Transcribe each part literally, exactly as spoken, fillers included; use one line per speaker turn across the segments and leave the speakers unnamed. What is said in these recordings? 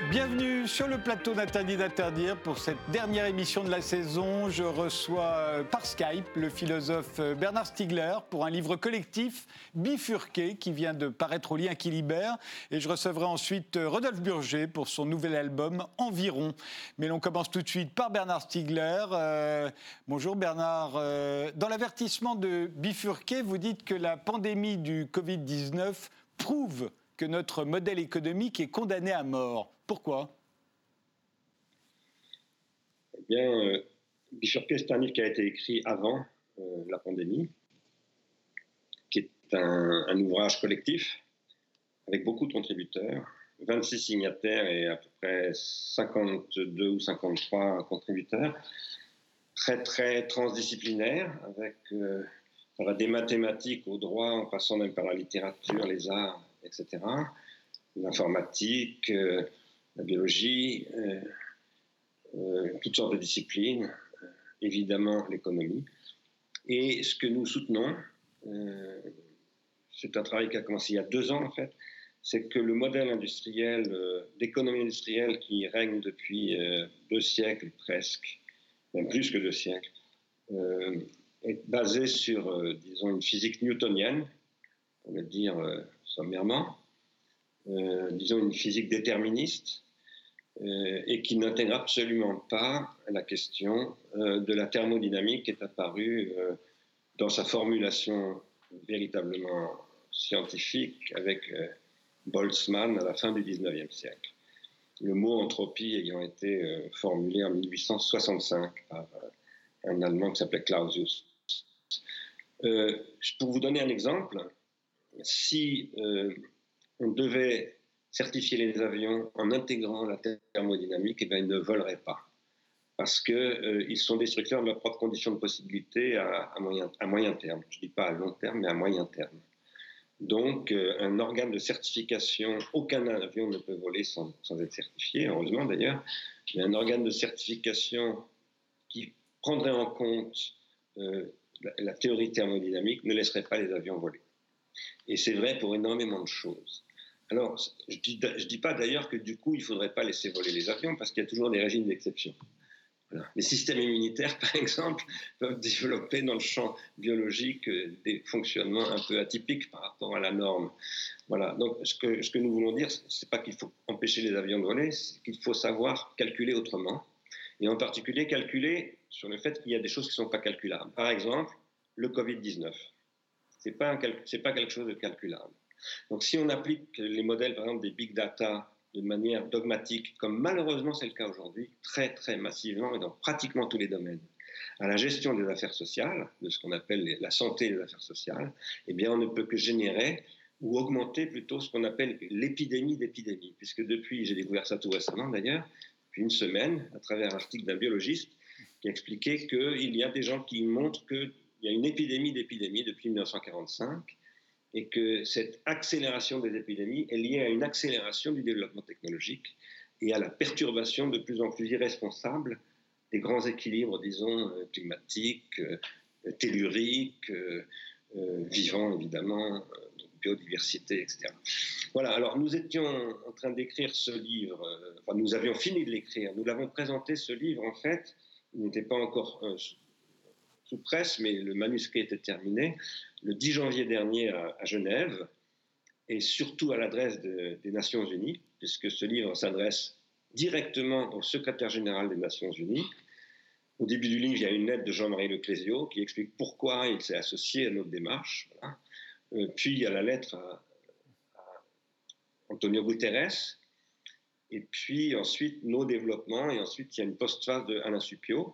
Bienvenue sur le plateau d'Interdit d'interdire pour cette dernière émission de la saison. Je reçois par Skype le philosophe Bernard Stiegler pour un livre collectif bifurqué qui vient de paraître au Lien qui libère. Et je recevrai ensuite Rodolphe Burger pour son nouvel album Environ. Mais l'on commence tout de suite par Bernard Stiegler. Euh, bonjour Bernard. Euh, dans l'avertissement de bifurqué, vous dites que la pandémie du covid dix-neuf prouve que notre modèle économique est condamné à mort. Pourquoi ?
Eh bien, euh, Bifurqué, c'est un livre qui a été écrit avant euh, la pandémie, qui est un, un ouvrage collectif avec beaucoup de contributeurs, vingt-six signataires et à peu près cinquante-deux ou cinquante-trois contributeurs, très très transdisciplinaire, avec euh, des mathématiques au droit, en passant même par la littérature, les arts, et cetera, l'informatique, euh, la biologie, euh, euh, toutes sortes de disciplines, euh, évidemment l'économie. Et ce que nous soutenons, euh, c'est un travail qui a commencé il y a deux ans en fait, c'est que le modèle industriel, euh, d'économie industrielle qui règne depuis euh, deux siècles presque, même plus que deux siècles, euh, est basé sur, euh, disons, une physique newtonienne, on va le dire euh, sommairement, euh, disons une physique déterministe, euh, et qui n'intègre absolument pas la question euh, de la thermodynamique qui est apparue euh, dans sa formulation véritablement scientifique avec euh, Boltzmann à la fin du dix-neuvième siècle. Le mot entropie ayant été euh, formulé en mille huit cent soixante-cinq par euh, un Allemand qui s'appelait Clausius. Euh, pour vous donner un exemple, si euh, on devait certifier les avions en intégrant la thermodynamique, eh bien, ils ne voleraient pas. Parce qu'ils euh, sont destructeurs de leurs propres conditions de possibilité à, à, moyen, à moyen terme. Je ne dis pas à long terme, mais à moyen terme. Donc, euh, un organe de certification, aucun avion ne peut voler sans, sans être certifié, heureusement d'ailleurs, mais un organe de certification qui prendrait en compte euh, la, la théorie thermodynamique ne laisserait pas les avions voler. Et c'est vrai pour énormément de choses. Alors, je ne dis, je dis pas d'ailleurs que du coup, il ne faudrait pas laisser voler les avions, parce qu'il y a toujours des régimes d'exception. Voilà. Les systèmes immunitaires, par exemple, peuvent développer dans le champ biologique des fonctionnements un peu atypiques par rapport à la norme. Voilà. Donc, ce que, ce que nous voulons dire, ce n'est pas qu'il faut empêcher les avions de voler, c'est qu'il faut savoir calculer autrement, et en particulier calculer sur le fait qu'il y a des choses qui ne sont pas calculables. Par exemple, le covid dix-neuf. Ce n'est pas, pas quelque chose de calculable. Donc, si on applique les modèles, par exemple, des big data de manière dogmatique, comme malheureusement c'est le cas aujourd'hui, très, très massivement et dans pratiquement tous les domaines, à la gestion des affaires sociales, de ce qu'on appelle la santé des affaires sociales, eh bien, on ne peut que générer ou augmenter plutôt ce qu'on appelle l'épidémie d'épidémie, puisque depuis, j'ai découvert ça tout récemment d'ailleurs, depuis une semaine, à travers un article d'un biologiste qui expliquait qu'il y a des gens qui montrent qu'il y a une épidémie d'épidémie depuis mille neuf cent quarante-cinq, et que cette accélération des épidémies est liée à une accélération du développement technologique et à la perturbation de plus en plus irresponsable des grands équilibres, disons, climatiques, telluriques, euh, euh, vivants évidemment, euh, biodiversité, et cetera. Voilà, alors nous étions en train d'écrire ce livre, euh, enfin nous avions fini de l'écrire, nous l'avons présenté ce livre en fait, il n'était pas encore euh, sous presse, mais le manuscrit était terminé, le dix janvier dernier à, à Genève, et surtout à l'adresse de, des Nations Unies, puisque ce livre s'adresse directement au secrétaire général des Nations Unies. Au début du livre, il y a une lettre de Jean-Marie Leclésio qui explique pourquoi il s'est associé à notre démarche. Voilà. Euh, puis il y a la lettre à, à Antonio Guterres, et puis ensuite nos développements, et ensuite il y a une postface de Alain Suppiot,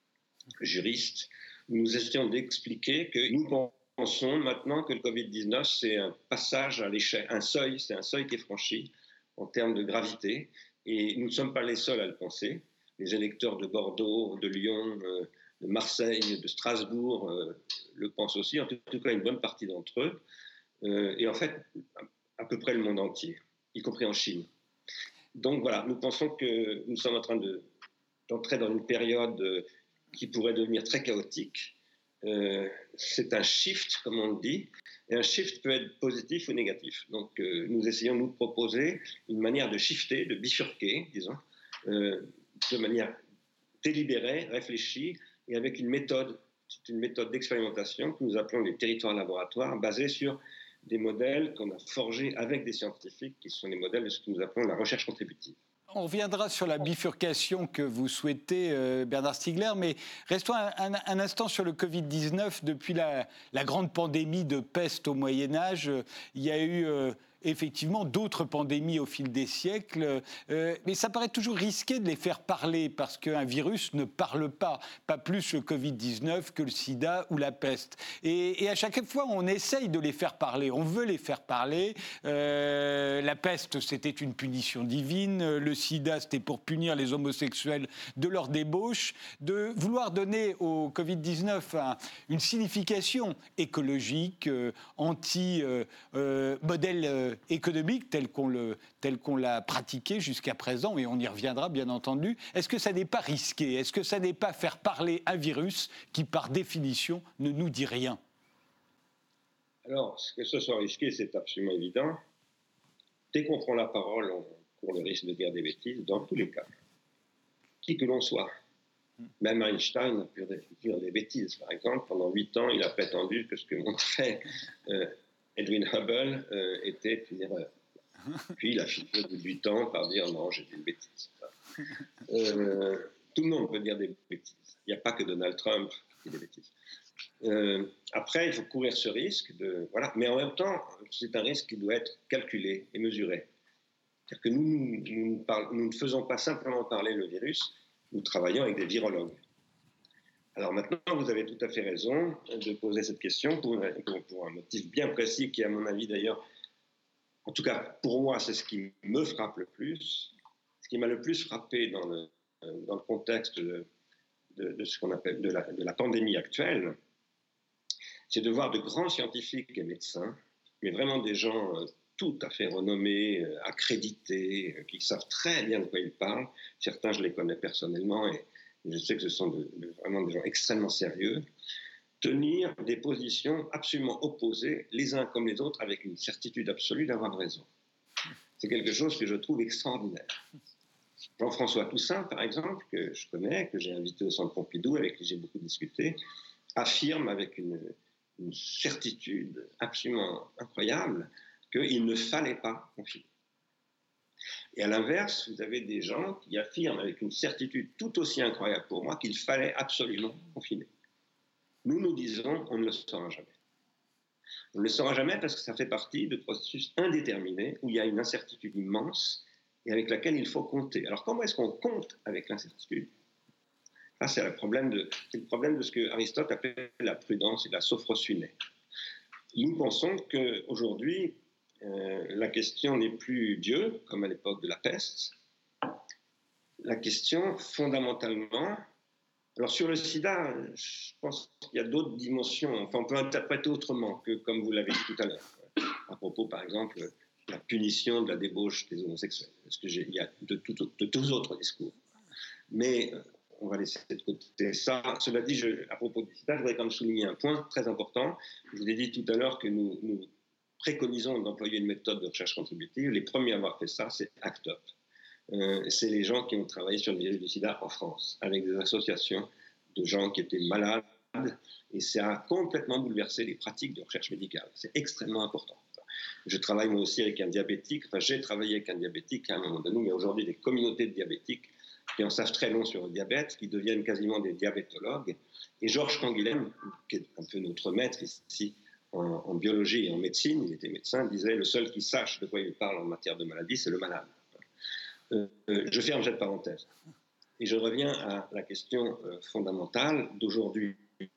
juriste. Nous essayons d'expliquer que nous pensons maintenant que le covid dix-neuf, c'est un passage à l'échelle, un seuil, c'est un seuil qui est franchi en termes de gravité, et nous ne sommes pas les seuls à le penser. Les électeurs de Bordeaux, de Lyon, de Marseille, de Strasbourg euh, le pensent aussi, en tout cas une bonne partie d'entre eux, euh, et en fait à peu près le monde entier, y compris en Chine. Donc voilà, nous pensons que nous sommes en train de, d'entrer dans une période qui pourrait devenir très chaotique, euh, c'est un shift, comme on le dit, et un shift peut être positif ou négatif. Donc euh, nous essayons de nous proposer une manière de shifter, de bifurquer, disons, euh, de manière délibérée, réfléchie, et avec une méthode, c'est une méthode d'expérimentation que nous appelons les territoires laboratoires, basés sur des modèles qu'on a forgés avec des scientifiques, qui sont les modèles de ce que nous appelons la recherche contributive.
On reviendra sur la bifurcation que vous souhaitez, euh, Bernard Stiegler, mais restons un, un, un instant sur le covid dix-neuf. Depuis la, la grande pandémie de peste au Moyen-Âge, euh, il y a eu euh, effectivement d'autres pandémies au fil des siècles, euh, mais ça paraît toujours risqué de les faire parler, parce qu'un virus ne parle pas, pas plus le covid dix-neuf que le sida ou la peste. Et, et à chaque fois, on essaye de les faire parler, on veut les faire parler. Euh, la peste, c'était une punition divine, le sida, c'était pour punir les homosexuels de leur débauche. De vouloir donner au covid dix-neuf un, une signification écologique, euh, anti-modèle euh, euh, économique tel qu'on, le, tel qu'on l'a pratiqué jusqu'à présent, et on y reviendra bien entendu. Est-ce que ça n'est pas risqué ? Est-ce que ça n'est pas faire parler un virus qui, par définition, ne nous dit rien ?
Alors, que ce soit risqué, c'est absolument évident. Dès qu'on prend la parole, on court le risque de dire des bêtises, dans tous les cas. Qui que l'on soit. Même Einstein a pu dire des bêtises. Par exemple, pendant huit ans, il a prétendu que ce que montrait euh, Edwin Hubble euh, était une erreur. Puis il a fini au bout de huit ans par dire non, j'ai dit une bêtise. Euh, tout le monde peut dire des bêtises. Il n'y a pas que Donald Trump qui dit des bêtises. Euh, après, il faut courir ce risque, de, voilà. Mais en même temps, c'est un risque qui doit être calculé et mesuré. C'est-à-dire que nous, nous, nous, parle, nous ne faisons pas simplement parler le virus, nous travaillons avec des virologues. Alors maintenant, vous avez tout à fait raison de poser cette question pour, pour, pour un motif bien précis qui, à mon avis d'ailleurs, en tout cas pour moi, c'est ce qui me frappe le plus. Ce qui m'a le plus frappé dans le, dans le contexte de, de, de ce qu'on appelle de la, de la pandémie actuelle, c'est de voir de grands scientifiques et médecins, mais vraiment des gens tout à fait renommés, accrédités, qui savent très bien de quoi ils parlent. Certains, je les connais personnellement et je sais que ce sont de, de, vraiment des gens extrêmement sérieux, tenir des positions absolument opposées, les uns comme les autres, avec une certitude absolue d'avoir raison. C'est quelque chose que je trouve extraordinaire. Jean-François Toussaint, par exemple, que je connais, que j'ai invité au Centre Pompidou, avec qui j'ai beaucoup discuté, affirme avec une, une certitude absolument incroyable qu'il ne fallait pas confiner. Et à l'inverse, vous avez des gens qui affirment avec une certitude tout aussi incroyable pour moi qu'il fallait absolument confiner. Nous, nous disons, on ne le saura jamais. On ne le saura jamais parce que ça fait partie de processus indéterminés où il y a une incertitude immense et avec laquelle il faut compter. Alors comment est-ce qu'on compte avec l'incertitude ? Ça, c'est le problème de, c'est le problème de ce que Aristote appelait la prudence et la sophrosphunée. Nous pensons qu'aujourd'hui, euh, la question n'est plus Dieu, comme à l'époque de la peste. La question, fondamentalement, alors sur le sida, je pense qu'il y a d'autres dimensions, enfin on peut interpréter autrement que comme vous l'avez dit tout à l'heure, à propos par exemple de la punition de la débauche des homosexuels, parce qu'il y a de, tout, de tous autres discours. Mais euh, on va laisser de côté ça. Cela dit, je, à propos du sida, je voudrais quand même souligner un point très important. Je vous ai dit tout à l'heure que nous, nous préconisons d'employer une méthode de recherche contributive. Les premiers à avoir fait ça, c'est ACT UP. Euh, c'est les gens qui ont travaillé sur le virus du sida en France, avec des associations de gens qui étaient malades, et ça a complètement bouleversé les pratiques de recherche médicale. C'est extrêmement important. Je travaille moi aussi avec un diabétique, enfin j'ai travaillé avec un diabétique à un moment donné, il y a aujourd'hui des communautés de diabétiques qui en savent très long sur le diabète, qui deviennent quasiment des diabétologues. Et Georges Canguilhem, qui est un peu notre maître ici en, en biologie et en médecine, il était médecin, disait « le seul qui sache de quoi il parle en matière de maladie, c'est le malade ». Euh, je ferme cette parenthèse. Et je reviens à la question euh, fondamentale d'aujourd'hui.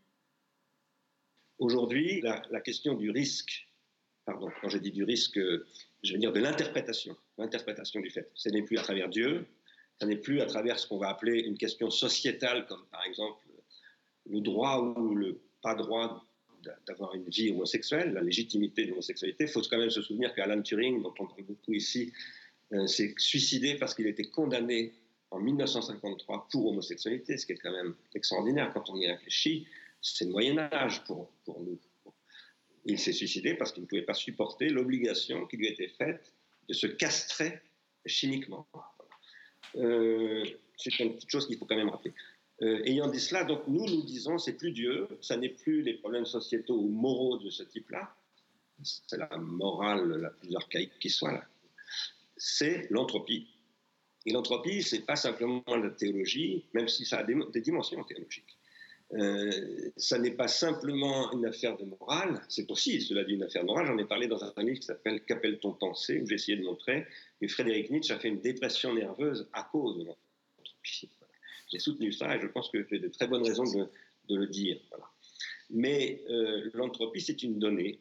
Aujourd'hui, la, la question du risque, pardon, quand je dis du risque, euh, je veux dire de l'interprétation, l'interprétation du fait. Ce n'est plus à travers Dieu, ce n'est plus à travers ce qu'on va appeler une question sociétale, comme par exemple le droit ou le pas droit d'avoir une vie homosexuelle, la légitimité de l'homosexualité. Il faut quand même se souvenir qu'Alan Turing, dont on parle beaucoup ici, euh, s'est suicidé parce qu'il était condamné en mille neuf cent cinquante-trois pour homosexualité, ce qui est quand même extraordinaire quand on y réfléchit. c'est le Moyen-Âge pour, pour nous. Il s'est suicidé parce qu'il ne pouvait pas supporter l'obligation qui lui était faite de se castrer chimiquement. Euh, c'est une petite chose qu'il faut quand même rappeler. Euh, ayant dit cela, donc nous, nous disons, c'est plus Dieu, ça n'est plus les problèmes sociétaux ou moraux de ce type-là, c'est la morale la plus archaïque qui soit là, c'est l'entropie. Et l'entropie, ce n'est pas simplement la théologie, même si ça a des, des dimensions théologiques. Euh, ça n'est pas simplement une affaire de morale, c'est aussi, cela dit, une affaire de morale. J'en ai parlé dans un livre qui s'appelle « Qu'appelle-t-on penser ?», où j'ai essayé de montrer que Friedrich Nietzsche a fait une dépression nerveuse à cause de l'entropie. Voilà. J'ai soutenu ça et je pense que j'ai de très bonnes raisons de, de le dire. Voilà. Mais euh, l'entropie, c'est une donnée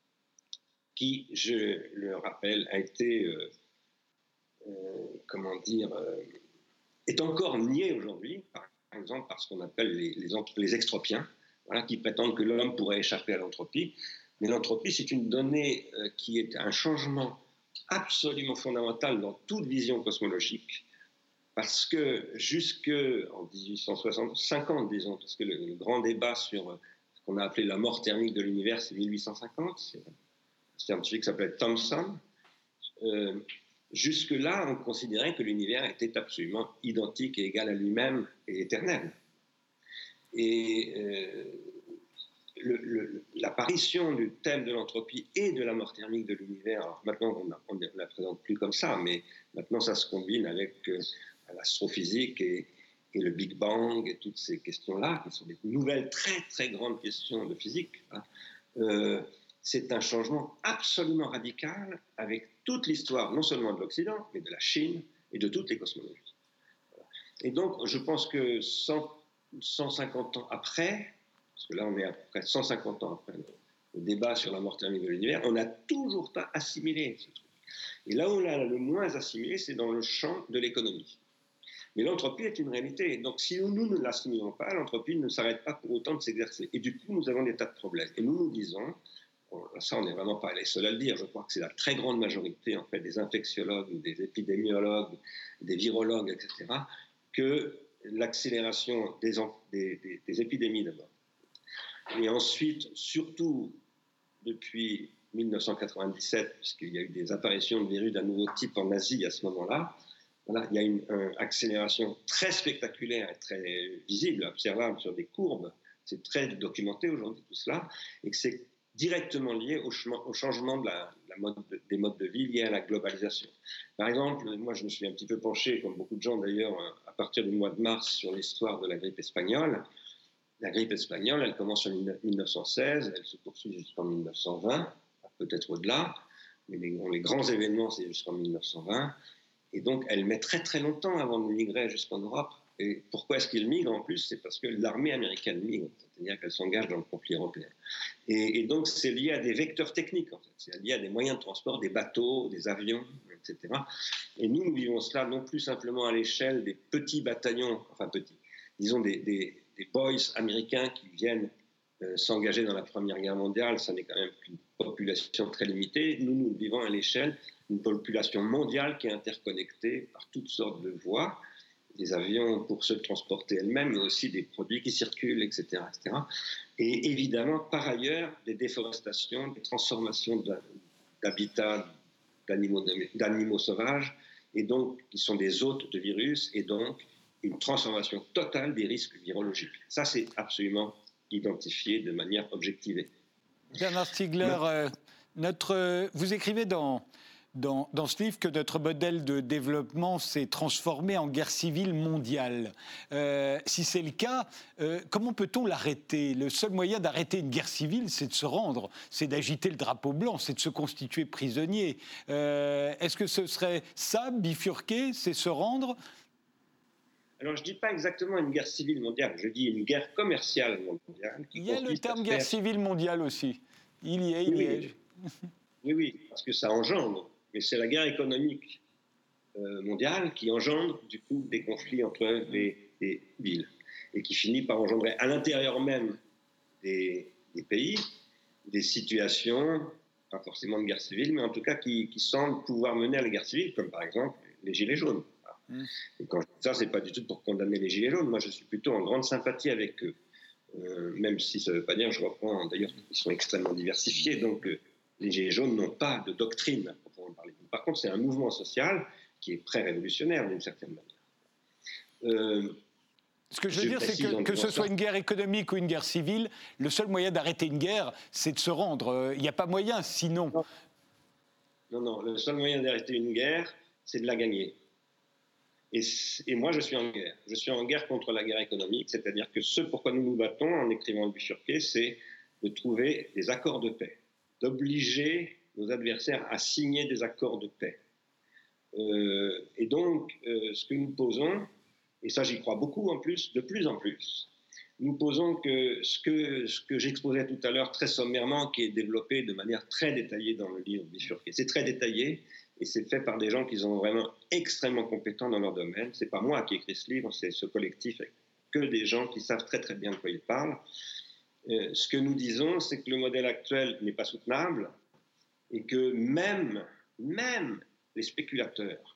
qui, je le rappelle, a été, euh, euh, comment dire, euh, est encore niée aujourd'hui, par par exemple par ce qu'on appelle les, les, les extropiens, voilà, qui prétendent que l'homme pourrait échapper à l'entropie. Mais l'entropie, c'est une donnée euh, qui est un changement absolument fondamental dans toute vision cosmologique, parce que jusqu'en dix-huit cent cinquante, disons, parce que le, le grand débat sur ce qu'on a appelé la mort thermique de l'univers, c'est mille huit cent cinquante, c'est un scientifique qui s'appelait Thomson. Euh, Jusque-là, on considérait que l'univers était absolument identique et égal à lui-même et éternel. Et euh, le, le, l'apparition du thème de l'entropie et de la mort thermique de l'univers, alors maintenant on ne la présente plus comme ça, mais maintenant ça se combine avec euh, l'astrophysique et, et le Big Bang et toutes ces questions-là, qui sont des nouvelles très très grandes questions de physique. Hein. Euh, c'est un changement absolument radical avec toute l'histoire, non seulement de l'Occident, mais de la Chine et de toutes les cosmologies. Voilà. Et donc, je pense que cent, cent cinquante ans après, parce que là, on est à peu près cent cinquante ans après le, le débat sur la mort thermique de l'univers, on n'a toujours pas assimilé ce truc. Et là où on l'a le moins assimilé, c'est dans le champ de l'économie. Mais l'entropie est une réalité. Donc, si nous, nous ne l'assimilons pas, l'entropie ne s'arrête pas pour autant de s'exercer. Et du coup, nous avons des tas de problèmes. Et nous nous disons... Ça, on n'est vraiment pas les seuls à le dire. Je crois que c'est la très grande majorité, en fait, des infectiologues, des épidémiologues, des virologues, et cetera, que l'accélération des, des, des, des épidémies d'abord. Et ensuite, surtout depuis mille neuf cent quatre-vingt-dix-sept, puisqu'il y a eu des apparitions de virus d'un nouveau type en Asie à ce moment-là, voilà, il y a une, une accélération très spectaculaire et très visible, observable sur des courbes. C'est très documenté aujourd'hui tout cela, et que c'est directement lié au, chemin, au changement de la, la mode de, des modes de vie liés à la globalisation. Par exemple, moi je me suis un petit peu penché, comme beaucoup de gens d'ailleurs, à partir du mois de mars sur l'histoire de la grippe espagnole. La grippe espagnole, elle commence en mille neuf cent seize, elle se poursuit jusqu'en mille neuf cent vingt, peut-être au-delà, mais les, les grands événements c'est jusqu'en mille neuf cent vingt, et donc elle met très très longtemps avant de migrer jusqu'en Europe. Et pourquoi est-ce qu'ils migrent en plus? C'est parce que l'armée américaine migre, c'est-à-dire qu'elle s'engage dans le conflit européen. Et, et donc c'est lié à des vecteurs techniques, en fait. C'est lié à des moyens de transport, des bateaux, des avions, et cetera. Et nous, nous vivons cela non plus simplement à l'échelle des petits bataillons, enfin petits, disons des, des, des boys américains qui viennent euh, s'engager dans la Première Guerre mondiale. Ça n'est quand même qu'une population très limitée. Nous, nous vivons à l'échelle d'une population mondiale qui est interconnectée par toutes sortes de voies, des avions pour se transporter elles-mêmes, mais aussi des produits qui circulent, et cetera, et cetera. Et évidemment, par ailleurs, des déforestations, des transformations d'habitats d'animaux, d'animaux sauvages, et donc qui sont des hôtes de virus, et donc une transformation totale des risques virologiques. Ça, c'est absolument identifié de manière objectivée.
Bernard Stiegler, euh, notre, euh, vous écrivez dans... Dans, dans ce livre que notre modèle de développement s'est transformé en guerre civile mondiale. Euh, si c'est le cas, euh, comment peut-on l'arrêter? Le seul moyen d'arrêter une guerre civile, c'est de se rendre, c'est d'agiter le drapeau blanc, c'est de se constituer prisonnier. Euh, est-ce que ce serait ça, bifurquer, c'est se rendre?
Alors, je ne dis pas exactement une guerre civile mondiale, je dis une guerre commerciale mondiale. Qui
Il y a le terme guerre
faire...
civile mondiale aussi. Il y est, il
oui,
y est.
Oui, oui, parce que ça engendre. Mais c'est la guerre économique euh, mondiale qui engendre du coup des conflits entre les, les villes et qui finit par engendrer à l'intérieur même des, des pays des situations, pas forcément de guerre civile, mais en tout cas qui, qui semblent pouvoir mener à la guerre civile, comme par exemple les gilets jaunes. Mmh. Et quand je dis ça, c'est pas du tout pour condamner les gilets jaunes. Moi, je suis plutôt en grande sympathie avec eux. euh, même si ça ne veut pas dire, je reprends, d'ailleurs, ils sont extrêmement diversifiés, donc euh, les Gilets jaunes n'ont pas de doctrine, à proprement parler. Par contre, c'est un mouvement social qui est pré-révolutionnaire, d'une certaine manière. Euh,
Ce que je veux je dire, c'est que, que ce soit une guerre économique ou une guerre civile, le seul moyen d'arrêter une guerre, c'est de se rendre. Il n'y a pas moyen, sinon...
Non. non, non, le seul moyen d'arrêter une guerre, c'est de la gagner. Et, et moi, je suis en guerre. Je suis en guerre contre la guerre économique, c'est-à-dire que ce pourquoi nous nous battons en écrivant le Bifurqué, c'est de trouver des accords de paix, d'obliger nos adversaires à signer des accords de paix. Euh, et donc, euh, ce que nous posons, et ça j'y crois beaucoup en plus, de plus en plus, nous posons que ce que, ce que j'exposais tout à l'heure très sommairement, qui est développé de manière très détaillée dans le livre Bifurqué, c'est très détaillé, et c'est fait par des gens qui sont vraiment extrêmement compétents dans leur domaine. C'est pas moi qui écris ce livre, c'est ce collectif avec que des gens qui savent très très bien de quoi ils parlent. Euh, ce que nous disons, c'est que le modèle actuel n'est pas soutenable et que même, même les spéculateurs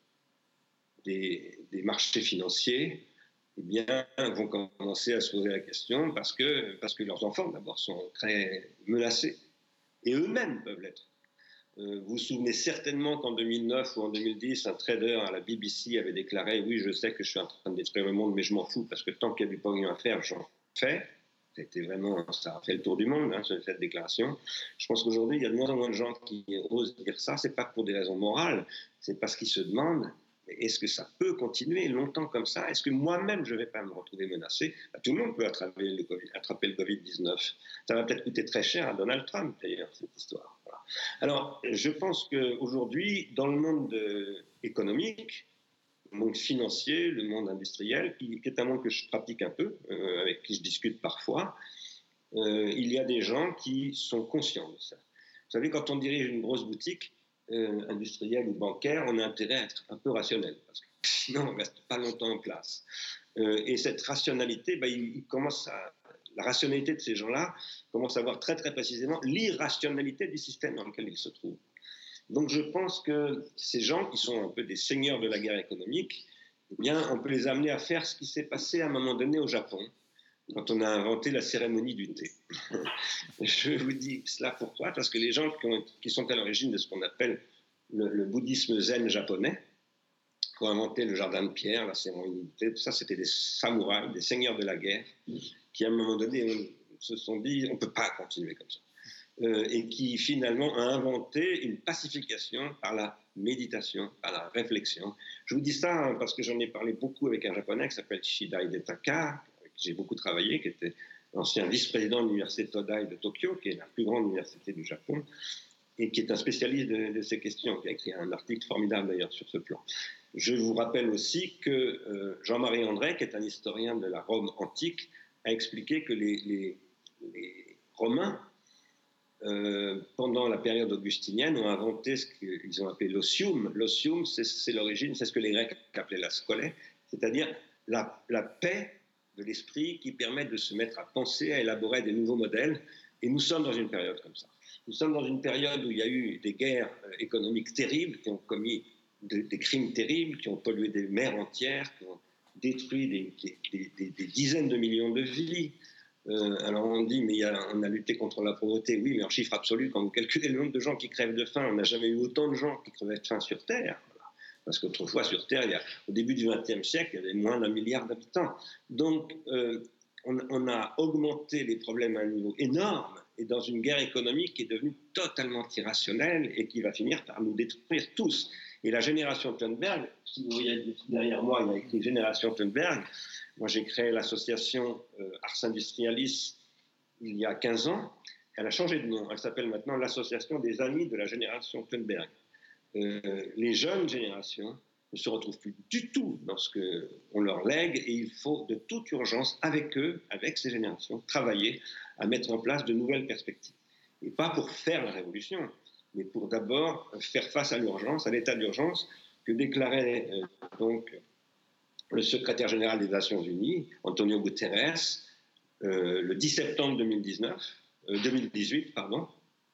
des, des marchés financiers eh bien, vont commencer à se poser la question parce que, parce que leurs enfants d'abord sont très menacés et eux-mêmes peuvent l'être. Euh, vous vous souvenez certainement qu'en deux mille neuf ou en deux mille dix, un trader à la B B C avait déclaré « Oui, je sais que je suis en train de détruire le monde, mais je m'en fous parce que tant qu'il y a du pognon à faire, j'en fais. » C'était vraiment, ça a fait le tour du monde, hein, cette déclaration. Je pense qu'aujourd'hui, il y a de moins en moins de gens qui osent dire ça. Ce n'est pas pour des raisons morales, c'est parce qu'ils se demandent est-ce que ça peut continuer longtemps comme ça? Est-ce que moi-même, je ne vais pas me retrouver menacé? Tout le monde peut attraper le COVID, attraper le covid dix-neuf. Ça va peut-être coûter très cher à Donald Trump, d'ailleurs, cette histoire. Voilà. Alors, je pense qu'aujourd'hui, dans le monde euh, économique, le monde financier, le monde industriel, qui, qui est un monde que je pratique un peu, euh, avec qui je discute parfois, euh, il y a des gens qui sont conscients de ça. Vous savez, quand on dirige une grosse boutique, Euh, industriel ou bancaire, on a intérêt à être un peu rationnel, parce que sinon on ne reste pas longtemps en place. Euh, et cette rationalité, bah, il, il commence à, la rationalité de ces gens-là commence à voir très très précisément l'irrationalité du système dans lequel ils se trouvent. Donc je pense que ces gens qui sont un peu des seigneurs de la guerre économique, eh bien, on peut les amener à faire ce qui s'est passé à un moment donné au Japon, quand on a inventé la cérémonie du thé. Je vous dis cela pourquoi? Parce que les gens qui, ont, qui sont à l'origine de ce qu'on appelle le, le bouddhisme zen japonais, qui ont inventé le jardin de pierre, la cérémonie du thé, tout ça, c'était des samouraïs, des seigneurs de la guerre, qui à un moment donné se sont dit on ne peut pas continuer comme ça. Euh, et qui finalement a inventé une pacification par la méditation, par la réflexion. Je vous dis ça hein, parce que j'en ai parlé beaucoup avec un japonais qui s'appelle Shida Hidetaka, j'ai beaucoup travaillé, qui était l'ancien vice-président de l'université Todai de Tokyo, qui est la plus grande université du Japon, et qui est un spécialiste de, de ces questions, qui a écrit un article formidable d'ailleurs sur ce plan. Je vous rappelle aussi que euh, Jean-Marie André, qui est un historien de la Rome antique, a expliqué que les, les, les Romains, euh, pendant la période augustinienne, ont inventé ce qu'ils ont appelé l'osium. L'osium, c'est, c'est l'origine, c'est ce que les Grecs appelaient la scolée, c'est-à-dire la, la paix de l'esprit qui permet de se mettre à penser, à élaborer des nouveaux modèles. Et nous sommes dans une période comme ça. Nous sommes dans une période où il y a eu des guerres économiques terribles qui ont commis de, des crimes terribles, qui ont pollué des mers entières, qui ont détruit des, des, des, des dizaines de millions de vies. Euh, alors on dit, mais il y a, on a lutté contre la pauvreté. Oui, mais en chiffre absolu, quand vous calculez le nombre de gens qui crèvent de faim, on n'a jamais eu autant de gens qui crevaient de faim sur Terre. Parce qu'autrefois, sur Terre, il y a, au début du vingtième siècle, il y avait moins d'un milliard d'habitants. Donc, euh, on, on a augmenté les problèmes à un niveau énorme et dans une guerre économique qui est devenue totalement irrationnelle et qui va finir par nous détruire tous. Et la génération Thunberg, si vous voyez derrière moi, il y a écrit Génération Thunberg. Moi, j'ai créé l'association euh, Ars Industrialis il y a quinze ans. Elle a changé de nom. Elle s'appelle maintenant l'Association des Amis de la Génération Thunberg. Euh, les jeunes générations ne se retrouvent plus du tout dans ce qu'on leur lègue et il faut de toute urgence, avec eux, avec ces générations, travailler à mettre en place de nouvelles perspectives. Et pas pour faire la révolution, mais pour d'abord faire face à l'urgence, à l'état d'urgence que déclarait euh, donc le secrétaire général des Nations Unies, Antonio Guterres, euh, le dix septembre deux mille dix-neuf, euh, deux mille dix-huit, pardon.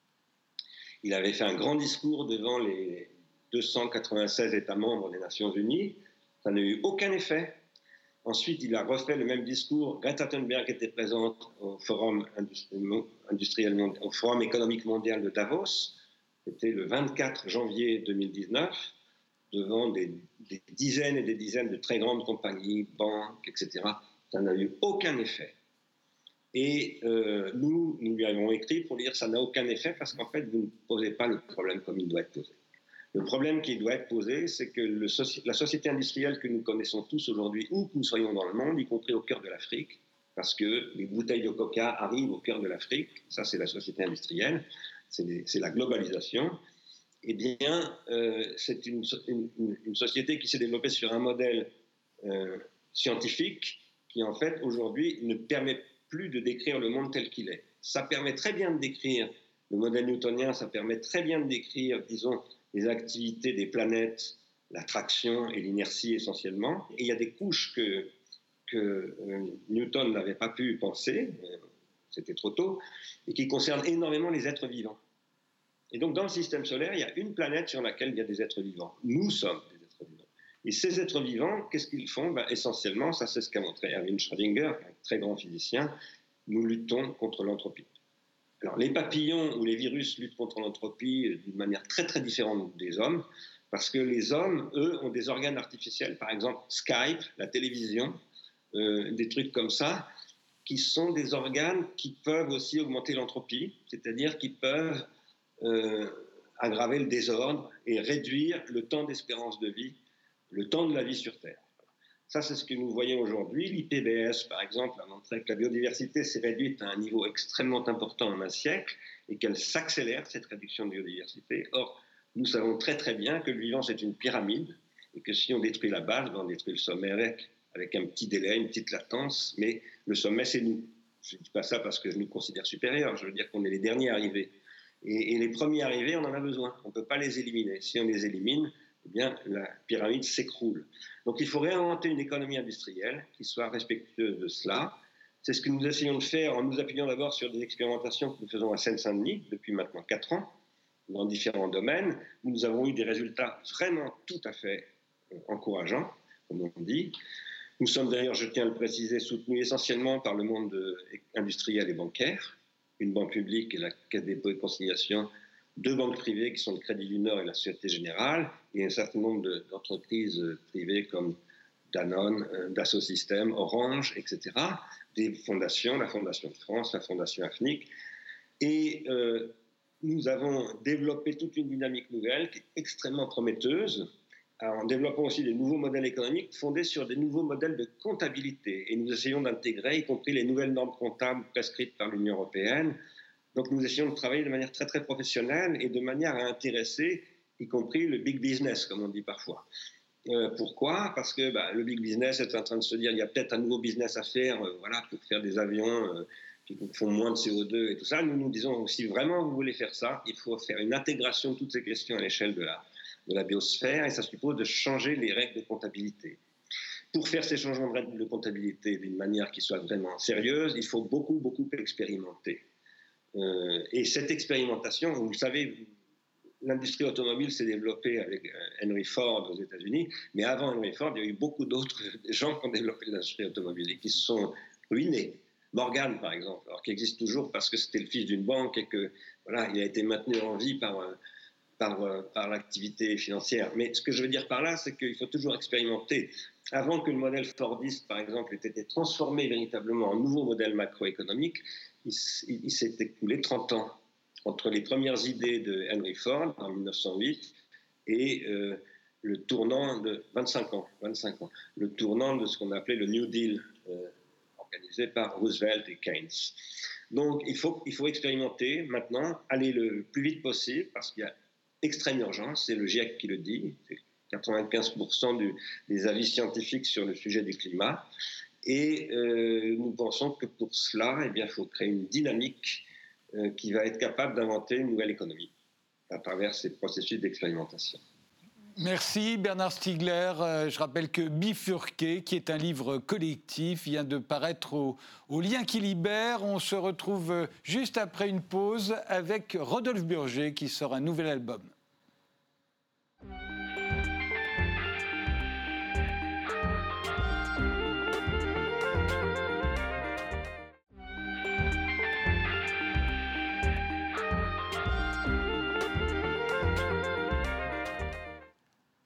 Il avait fait un grand discours devant les deux cent quatre-vingt-seize États membres des Nations Unies. Ça n'a eu aucun effet. Ensuite, il a refait le même discours. Greta Thunberg était présente au Forum, industriel, au Forum économique mondial de Davos. C'était le vingt-quatre janvier deux mille dix-neuf, devant des, des dizaines et des dizaines de très grandes compagnies, banques, et cetera. Ça n'a eu aucun effet. Et euh, nous, nous lui avons écrit pour dire que ça n'a aucun effet parce qu'en fait, vous ne posez pas le problème comme il doit être posé. Le problème qui doit être posé, c'est que le soci- la société industrielle que nous connaissons tous aujourd'hui, où que nous soyons dans le monde, y compris au cœur de l'Afrique, parce que les bouteilles de coca arrivent au cœur de l'Afrique, ça c'est la société industrielle, c'est, les, c'est la globalisation, eh bien euh, c'est une, une, une société qui s'est développée sur un modèle euh, scientifique qui en fait aujourd'hui ne permet plus de décrire le monde tel qu'il est. Ça permet très bien de décrire le modèle newtonien, ça permet très bien de décrire, disons, les activités des planètes, l'attraction et l'inertie essentiellement. Et il y a des couches que, que euh, Newton n'avait pas pu penser, euh, c'était trop tôt, et qui concernent énormément les êtres vivants. Et donc dans le système solaire, il y a une planète sur laquelle il y a des êtres vivants. Nous sommes des êtres vivants. Et ces êtres vivants, qu'est-ce qu'ils font? Ben, essentiellement, ça c'est ce qu'a montré Erwin Schrödinger, un très grand physicien, nous luttons contre l'entropie. Alors, les papillons ou les virus luttent contre l'entropie d'une manière très très différente des hommes, parce que les hommes, eux, ont des organes artificiels, par exemple Skype, la télévision, euh, des trucs comme ça, qui sont des organes qui peuvent aussi augmenter l'entropie, c'est-à-dire qui peuvent euh, aggraver le désordre et réduire le temps d'espérance de vie, le temps de la vie sur Terre. Ça, c'est ce que nous voyons aujourd'hui. L'I P B S, par exemple, a montré que la biodiversité s'est réduite à un niveau extrêmement important en un siècle et qu'elle s'accélère, cette réduction de biodiversité. Or, nous savons très très bien que le vivant, c'est une pyramide et que si on détruit la base, on détruit le sommet avec, avec un petit délai, une petite latence, mais le sommet, c'est nous. Je ne dis pas ça parce que je nous considère supérieurs, je veux dire qu'on est les derniers arrivés. Et, et les premiers arrivés, on en a besoin. On ne peut pas les éliminer. Si on les élimine, eh bien, la pyramide s'écroule. Donc il faut réinventer une économie industrielle qui soit respectueuse de cela. C'est ce que nous essayons de faire en nous appuyant d'abord sur des expérimentations que nous faisons à Seine-Saint-Denis depuis maintenant quatre ans, dans différents domaines, où nous avons eu des résultats vraiment tout à fait encourageants, comme on dit. Nous sommes d'ailleurs, je tiens à le préciser, soutenus essentiellement par le monde industriel et bancaire, une banque publique et la Caisse des dépôts et consignations, deux banques privées qui sont le Crédit du Nord et la Société Générale, et un certain nombre de, d'entreprises privées comme Danone, Dassault Systèmes, Orange, et cetera, des fondations, la Fondation de France, la Fondation A F N I C. Et euh, nous avons développé toute une dynamique nouvelle qui est extrêmement prometteuse, en développant aussi des nouveaux modèles économiques fondés sur des nouveaux modèles de comptabilité. Et nous essayons d'intégrer, y compris les nouvelles normes comptables prescrites par l'Union européenne. Donc nous essayons de travailler de manière très très professionnelle et de manière à intéresser, y compris le big business, comme on dit parfois. Euh, pourquoi? Parce que bah, le big business est en train de se dire il y a peut-être un nouveau business à faire, euh, voilà, pour faire des avions euh, qui font moins de C O deux et tout ça. Nous nous disons, si vraiment vous voulez faire ça, il faut faire une intégration de toutes ces questions à l'échelle de la, de la biosphère, et ça suppose de changer les règles de comptabilité. Pour faire ces changements de règles de comptabilité d'une manière qui soit vraiment sérieuse, il faut beaucoup, beaucoup expérimenter. Euh, et cette expérimentation, vous le savez, l'industrie automobile s'est développée avec Henry Ford aux États-Unis, mais avant Henry Ford, il y a eu beaucoup d'autres gens qui ont développé l'industrie automobile et qui se sont ruinés. Morgan, par exemple, alors qui existe toujours parce que c'était le fils d'une banque et que voilà, il a été maintenu en vie par, par, par l'activité financière. Mais ce que je veux dire par là, c'est qu'il faut toujours expérimenter. Avant que le modèle fordiste, par exemple, ait été transformé véritablement en nouveau modèle macroéconomique, il, il, il s'est écoulé trente ans entre les premières idées de Henry Ford en mille neuf cent huit et euh, le tournant de vingt-cinq ans, vingt-cinq ans, le tournant de ce qu'on appelait le New Deal, euh, organisé par Roosevelt et Keynes. Donc il faut, il faut expérimenter maintenant, aller le plus vite possible parce qu'il y a extrême urgence, c'est le GIEC qui le dit, c'est quatre-vingt-quinze pour cent du, des avis scientifiques sur le sujet du climat. Et euh, nous pensons que pour cela, eh bien, il faut créer une dynamique euh, qui va être capable d'inventer une nouvelle économie à travers ces processus d'expérimentation.
Merci Bernard Stiegler. Euh, je rappelle que Bifurqué, qui est un livre collectif, vient de paraître au, au Lien qui libère. On se retrouve juste après une pause avec Rodolphe Burger qui sort un nouvel album.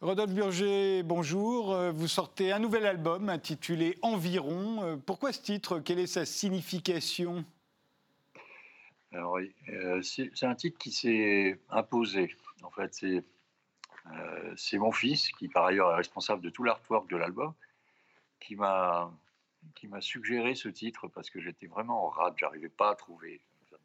Rodolphe Burger, bonjour. Vous sortez un nouvel album intitulé Environ. Pourquoi ce titre ? Quelle est sa signification ?
Alors, euh, c'est, c'est un titre qui s'est imposé. En fait, c'est, euh, c'est mon fils, qui par ailleurs est responsable de tout l'artwork de l'album, qui m'a, qui m'a suggéré ce titre parce que j'étais vraiment en rade, j'arrivais pas à trouver.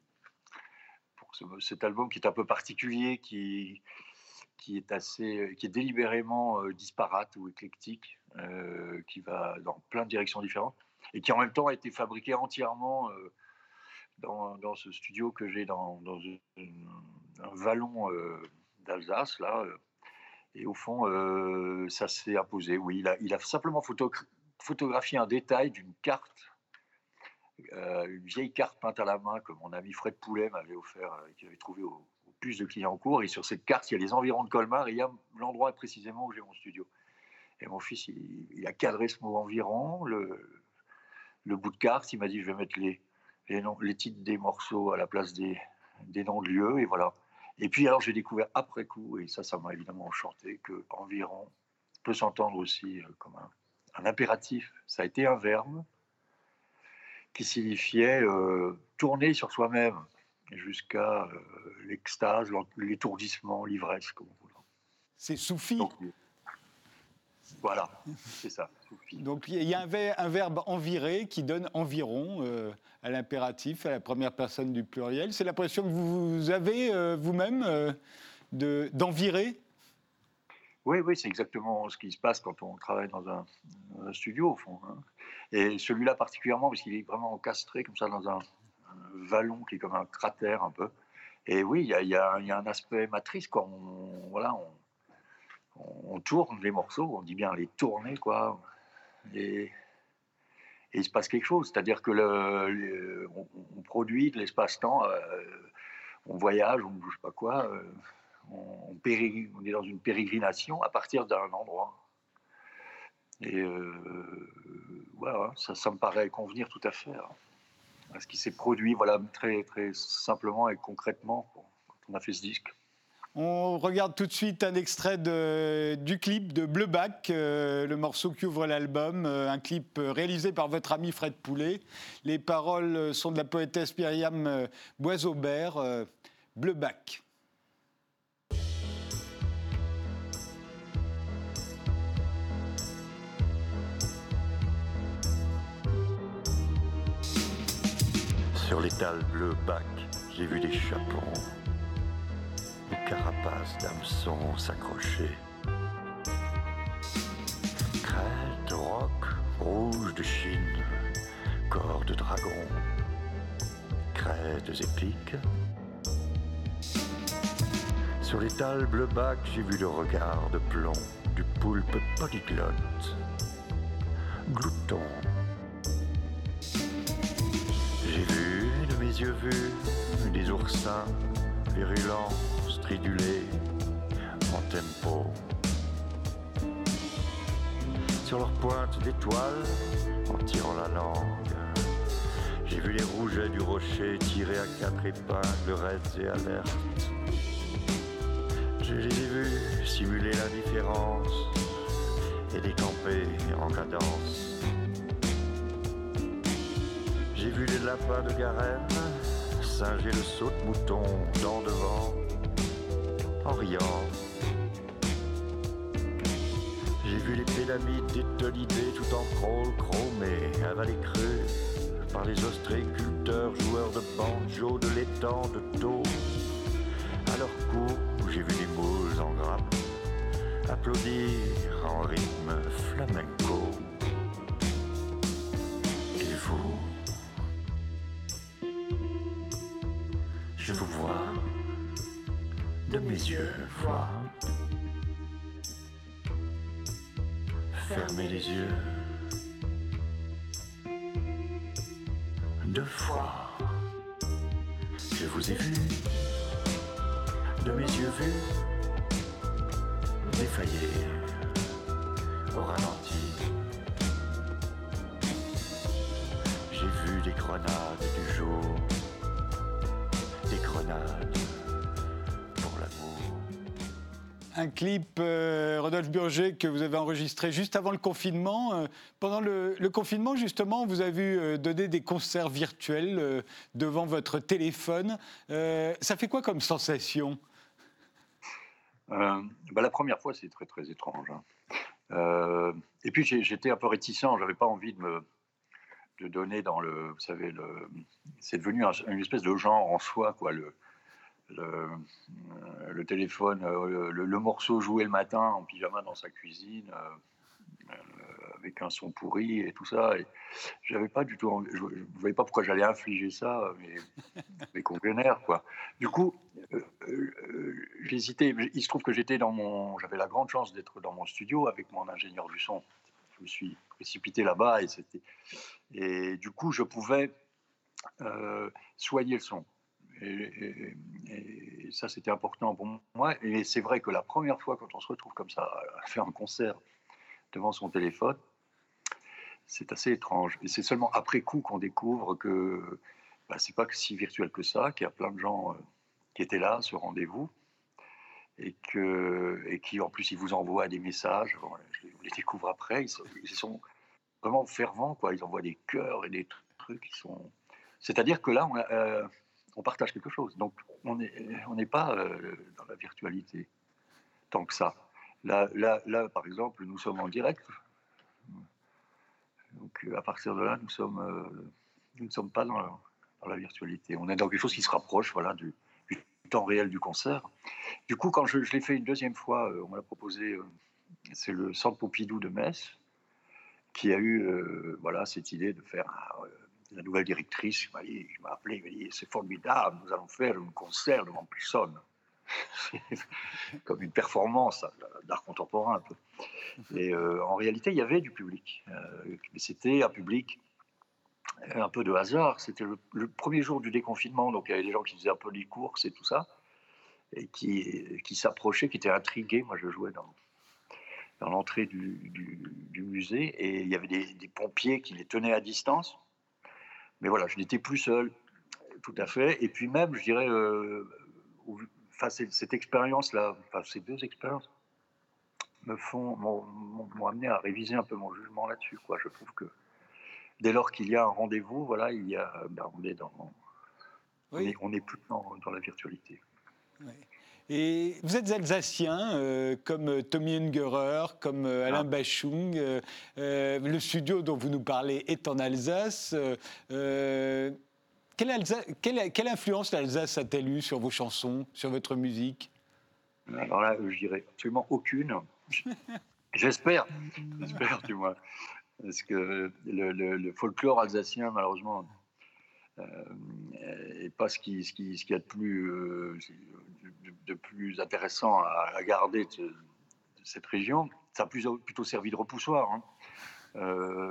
Pour ce, cet album qui est un peu particulier, qui... qui est assez, qui est délibérément euh, disparate ou éclectique, euh, qui va dans plein de directions différentes, et qui en même temps a été fabriqué entièrement euh, dans, dans ce studio que j'ai dans, dans une, un vallon euh, d'Alsace, là. Euh, et au fond, euh, ça s'est imposé. Oui, il a, il a simplement photo, photographié un détail d'une carte, euh, une vieille carte peinte à la main que mon ami Fred Poulet m'avait offert, euh, qu'il avait trouvé au plus de clients en cours, et sur cette carte, il y a les environs de Colmar, et il y a l'endroit précisément où j'ai mon studio. Et mon fils, il, il a cadré ce mot environ, le, le bout de carte, il m'a dit, je vais mettre les, les, noms, les titres des morceaux à la place des, des noms de lieux, et voilà. Et puis alors, j'ai découvert après coup, et ça, ça m'a évidemment enchanté, que environ peut s'entendre aussi comme un, un impératif. Ça a été un verbe qui signifiait euh, tourner sur soi-même, jusqu'à euh, l'extase, l'étourdissement, l'ivresse, comme vous voulez.
C'est soufi. Donc,
voilà, c'est ça, soufi.
Donc il y a un, ver, un verbe envirer qui donne environ euh, à l'impératif, à la première personne du pluriel. C'est l'impression que vous avez euh, vous-même euh, de, d'envirer ?
Oui, oui, c'est exactement ce qui se passe quand on travaille dans un, un studio, au fond. Hein. Et celui-là particulièrement, parce qu'il est vraiment encastré comme ça dans un vallon qui est comme un cratère un peu. Et oui, il y a, y a, y a un aspect matrice, quoi. On, voilà, on, on tourne les morceaux, on dit bien les tourner, quoi. Et, et il se passe quelque chose, c'est-à-dire que le, le, on, on produit de l'espace-temps, euh, on voyage, on ne bouge pas quoi, euh, on, on, péri, on est dans une pérégrination à partir d'un endroit. Et euh, voilà, ça, ça me paraît convenir tout à fait. Hein. Ce qui s'est produit voilà, très, très simplement et concrètement quand on a fait ce disque.
On regarde tout de suite un extrait de, du clip de Bleubac, euh, le morceau qui ouvre l'album, euh, un clip réalisé par votre ami Fred Poulet. Les paroles sont de la poétesse Myriam Boisaubert, euh, Bleubac.
Sur l'étal bleu bac, j'ai vu des chapons, des carapaces d'hameçons s'accrocher. Crête, roc, rouge de Chine, corps de dragon, crêtes épiques. Sur l'étal bleu bac, j'ai vu le regard de plomb du poulpe polyglotte, glouton. J'ai vu de mes yeux vus des oursins virulents, stridulés, en tempo. Sur leur pointe d'étoiles, en tirant la langue, j'ai vu les rougets du rocher tirer à quatre épingles raides et alertes. Je les ai vus simuler l'indifférence et décamper en cadence. J'ai vu les lapins de Garenne singer le saute-mouton dents devant, en riant. J'ai vu les pélamides détonidées tout en crawl chromés, avalés crus par les ostréiculteurs, joueurs de banjo, de l'étang, de taux. À leur cou, j'ai vu les moules en grappe applaudir en rythme flamenco. Et vous ? Je vous vois, de mes yeux voir. Fermez les yeux. Deux fois, je vous ai vu, de mes yeux vus, défailler au ralenti. J'ai vu des grenades du jour. Des grenades pour l'amour.
Un clip, euh, Rodolphe Burger, que vous avez enregistré juste avant le confinement. Euh, pendant le, le confinement, justement, vous avez vu euh, donner des concerts virtuels euh, devant votre téléphone. Euh, ça fait quoi comme sensation ?
euh, bah, La première fois, c'est très, très étrange. Hein. Euh, et puis, j'ai, j'étais un peu réticent. Je n'avais pas envie de me de donner dans le... Vous savez, le, c'est devenu un, une espèce de genre en soi, quoi, le... Le, le téléphone, le, le morceau joué le matin en pyjama dans sa cuisine, euh, avec un son pourri et tout ça. Et j'avais pas du tout, envie, je ne voyais pas pourquoi j'allais infliger ça, mais mes congénères, quoi. Du coup, euh, euh, j'hésitais. Il se trouve que j'étais dans mon, j'avais la grande chance d'être dans mon studio avec mon ingénieur du son. Je me suis précipité là-bas et c'était, et du coup, je pouvais euh, soigner le son. Et, et, et ça, c'était important pour moi. Et c'est vrai que la première fois, quand on se retrouve comme ça, à faire un concert devant son téléphone, c'est assez étrange. Et c'est seulement après coup qu'on découvre que bah, c'est pas si virtuel que ça, qu'il y a plein de gens euh, qui étaient là, à ce rendez-vous, et, que, et qui, en plus, ils vous envoient des messages. Bon, je les découvre après. Ils sont, ils sont vraiment fervents, quoi. Ils envoient des cœurs et des trucs qui sont... C'est-à-dire que là, on a... Euh, on partage quelque chose. Donc, on n'est on n'est pas euh, dans la virtualité tant que ça. Là, là, là, par exemple, nous sommes en direct. Donc, à partir de là, nous sommes, euh, nous ne sommes pas dans la, dans la virtualité. On est dans quelque chose qui se rapproche, voilà, du, du temps réel du concert. Du coup, quand je, je l'ai fait une deuxième fois, euh, on m'a proposé, euh, c'est le Centre Pompidou de Metz, qui a eu euh, voilà, cette idée de faire... Euh, la nouvelle directrice m'a dit, je m'a appelé, il m'a dit, c'est formidable, nous allons faire un concert devant personne. Comme une performance d'art contemporain un peu. Et euh, en réalité, il y avait du public. Euh, mais c'était un public un peu de hasard. C'était le, le premier jour du déconfinement, donc il y avait des gens qui faisaient un peu des courses et tout ça, et qui, qui s'approchaient, qui étaient intrigués. Moi, je jouais dans, dans l'entrée du, du, du musée, et il y avait des, des pompiers qui les tenaient à distance. Mais voilà, je n'étais plus seul, tout à fait. Et puis même, je dirais, euh, enfin, cette expérience-là, enfin, ces deux expériences me font, m'ont, m'ont amené à réviser un peu mon jugement là-dessus, quoi. Je trouve que dès lors qu'il y a un rendez-vous, voilà, il y a, ben, on est dans, oui. on est, on est plus dans, dans la virtualité.
Oui. Et vous êtes alsacien, euh, comme Tommy Ungerer, comme euh, Alain ah. Bachung. Euh, euh, le studio dont vous nous parlez est en Alsace. Euh, quelle, Alsa- quelle, quelle influence l'Alsace a-t-elle eue sur vos chansons, sur votre musique ?
Alors là, je dirais absolument aucune. J'espère, j'espère, tu vois. Parce que le, le, le folklore alsacien, malheureusement, euh, n'est pas ce qui, ce qui, ce qui y a de plus... Euh, De, de plus intéressant à, à garder de, de cette région. Ça a plus, plutôt servi de repoussoir. Hein. Euh,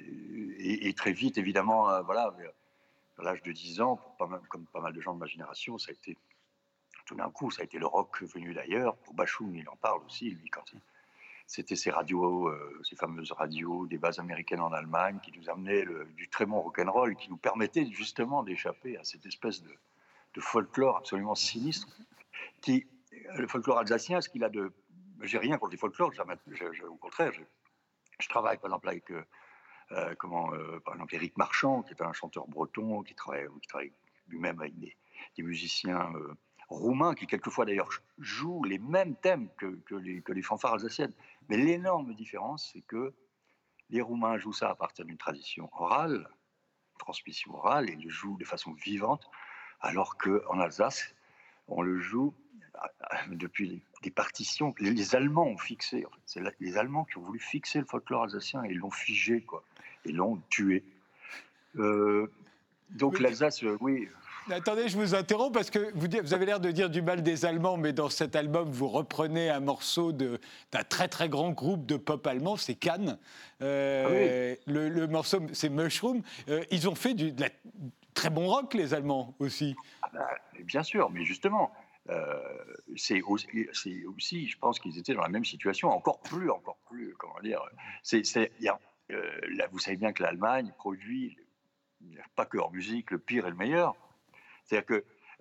et, et très vite, évidemment, euh, voilà, à l'âge de dix ans, pour pas mal, comme pas mal de gens de ma génération, ça a été, tout d'un coup, ça a été le rock venu d'ailleurs. Pour Bachung, il en parle aussi, lui, quand il, c'était ces radios, euh, ces fameuses radios des bases américaines en Allemagne qui nous amenaient le, du très bon rock'n'roll, qui nous permettaient justement d'échapper à cette espèce de, de folklore absolument sinistre. Qui, le folklore alsacien, ce qu'il a de... J'ai rien contre les folklores, jamais, je, je, au contraire, je, je travaille par exemple avec euh, comment, euh, par exemple Éric Marchand, qui est un chanteur breton, qui travaille, qui travaille lui-même avec des, des musiciens euh, roumains, qui quelquefois d'ailleurs jouent les mêmes thèmes que, que, les, que les fanfares alsaciennes. Mais l'énorme différence, c'est que les Roumains jouent ça à partir d'une tradition orale, transmission orale, et le jouent de façon vivante, alors qu'en Alsace, on le joue depuis des partitions. Les, les Allemands ont fixé, en fait. C'est la, les Allemands qui ont voulu fixer le folklore alsacien et l'ont figé, quoi. Et l'ont tué. Euh, donc oui. L'Alsace, euh, oui.
Attendez, je vous interromps parce que vous, vous avez l'air de dire du mal des Allemands, mais dans cet album, vous reprenez un morceau de, d'un très très grand groupe de pop allemand, c'est Cannes. Euh, ah oui. le, le morceau, c'est Mushroom. Euh, ils ont fait du, de la, très bon rock, les Allemands, aussi.
Ah ben, bien sûr, mais justement... Euh, c'est, aussi, c'est aussi, je pense qu'ils étaient dans la même situation, encore plus, encore plus, comment dire. C'est, c'est, y a, euh, là, vous savez bien que l'Allemagne produit, pas que en musique, le pire et le meilleur. C'est-à-dire que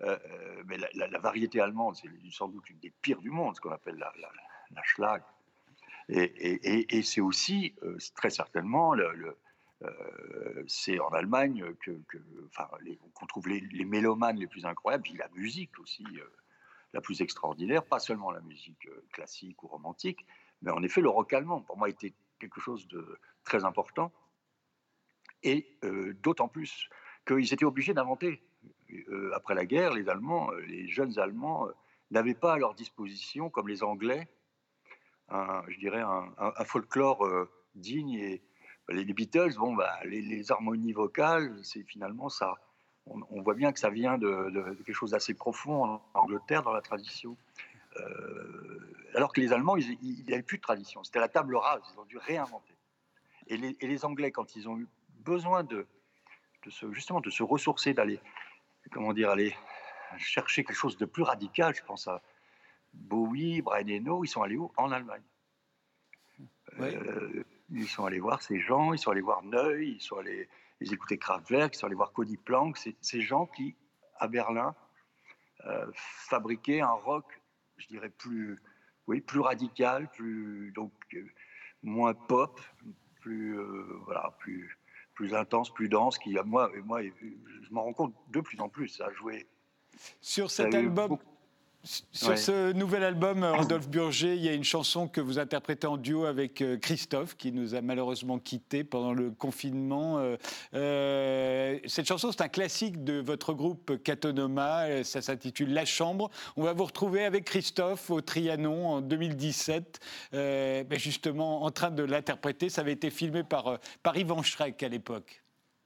Euh, mais la, la, la variété allemande, c'est sans doute une des pires du monde, ce qu'on appelle la, la, la Schlag. Et, et, et, et c'est aussi, euh, très certainement, le, le, euh, c'est en Allemagne que, que, enfin, les, qu'on trouve les, les mélomanes les plus incroyables, puis la musique aussi euh, la plus extraordinaire, pas seulement la musique euh, classique ou romantique, mais en effet le rock allemand, pour moi, était quelque chose de très important, et euh, d'autant plus qu'ils étaient obligés d'inventer. Euh, après la guerre, les Allemands, les jeunes Allemands, euh, n'avaient pas à leur disposition, comme les Anglais, un, je dirais un, un, un folklore euh, digne. Et les, les Beatles, bon, bah, les, les harmonies vocales, c'est finalement ça. On, on voit bien que ça vient de, de, de quelque chose d'assez profond en Angleterre, dans la tradition. Euh, alors que les Allemands, ils n'avaient plus de tradition. C'était la table rase, ils ont dû réinventer. Et les, et les Anglais, quand ils ont eu besoin de, de se, justement de se ressourcer, d'aller, comment dire, aller chercher quelque chose de plus radical, je pense à Bowie, Brian Eno, ils sont allés où? En Allemagne. Oui. Euh, ils sont allés voir ces gens, ils sont allés voir Neu, ils sont allés ils écoutaient Kraftwerk, ils sont allés voir Cody Plank, c'est ces gens qui, à Berlin, euh, fabriquaient un rock, je dirais, plus, oui, plus radical, plus, donc, euh, moins pop, plus, euh, voilà, plus, plus intense, plus dense, qui, moi, moi je m'en rends compte de plus en plus, ça a joué.
Sur cet album, beaucoup... Sur ouais. ce nouvel album, Rodolphe Burger, il y a une chanson que vous interprétez en duo avec Christophe, qui nous a malheureusement quittés pendant le confinement. Euh, cette chanson, c'est un classique de votre groupe Catonoma, ça s'intitule La Chambre. On va vous retrouver avec Christophe au Trianon en deux mille dix-sept, euh, ben justement en train de l'interpréter. Ça avait été filmé par, par Yvan Schreck à l'époque.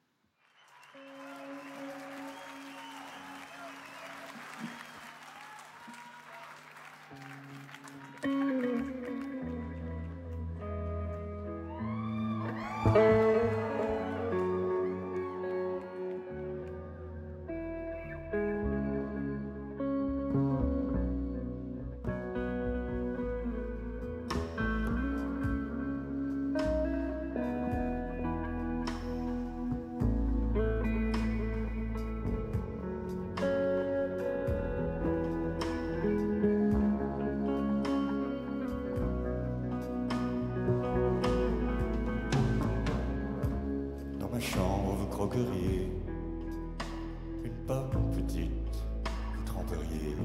Une pomme petite, vous tremperiez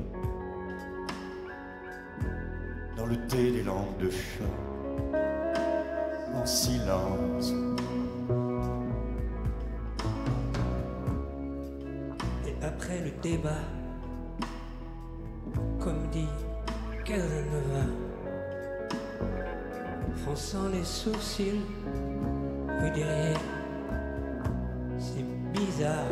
dans le thé des langues de chat, en silence.
Et après le débat, comme dit Casanova, fronçant les sourcils, vous diriez c'est bizarre.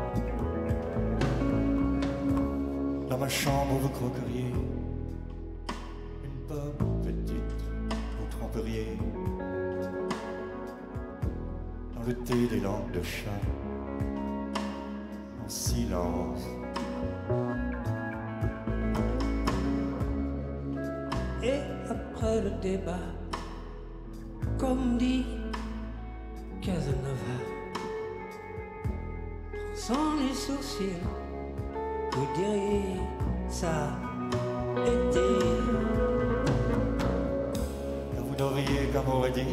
Dans ma chambre, vous croqueriez une pomme petite, vous tremperiez dans le thé des langues de chat, en silence.
Et après le débat, comme dit Casanova, sans les sourcils, vous diriez ça était.
Vous n'auriez qu'à m'aurait dit.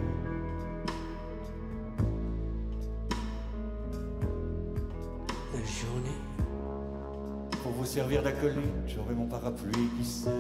La journée.
Pour vous servir d'acolyte, j'aurai mon parapluie qui sait.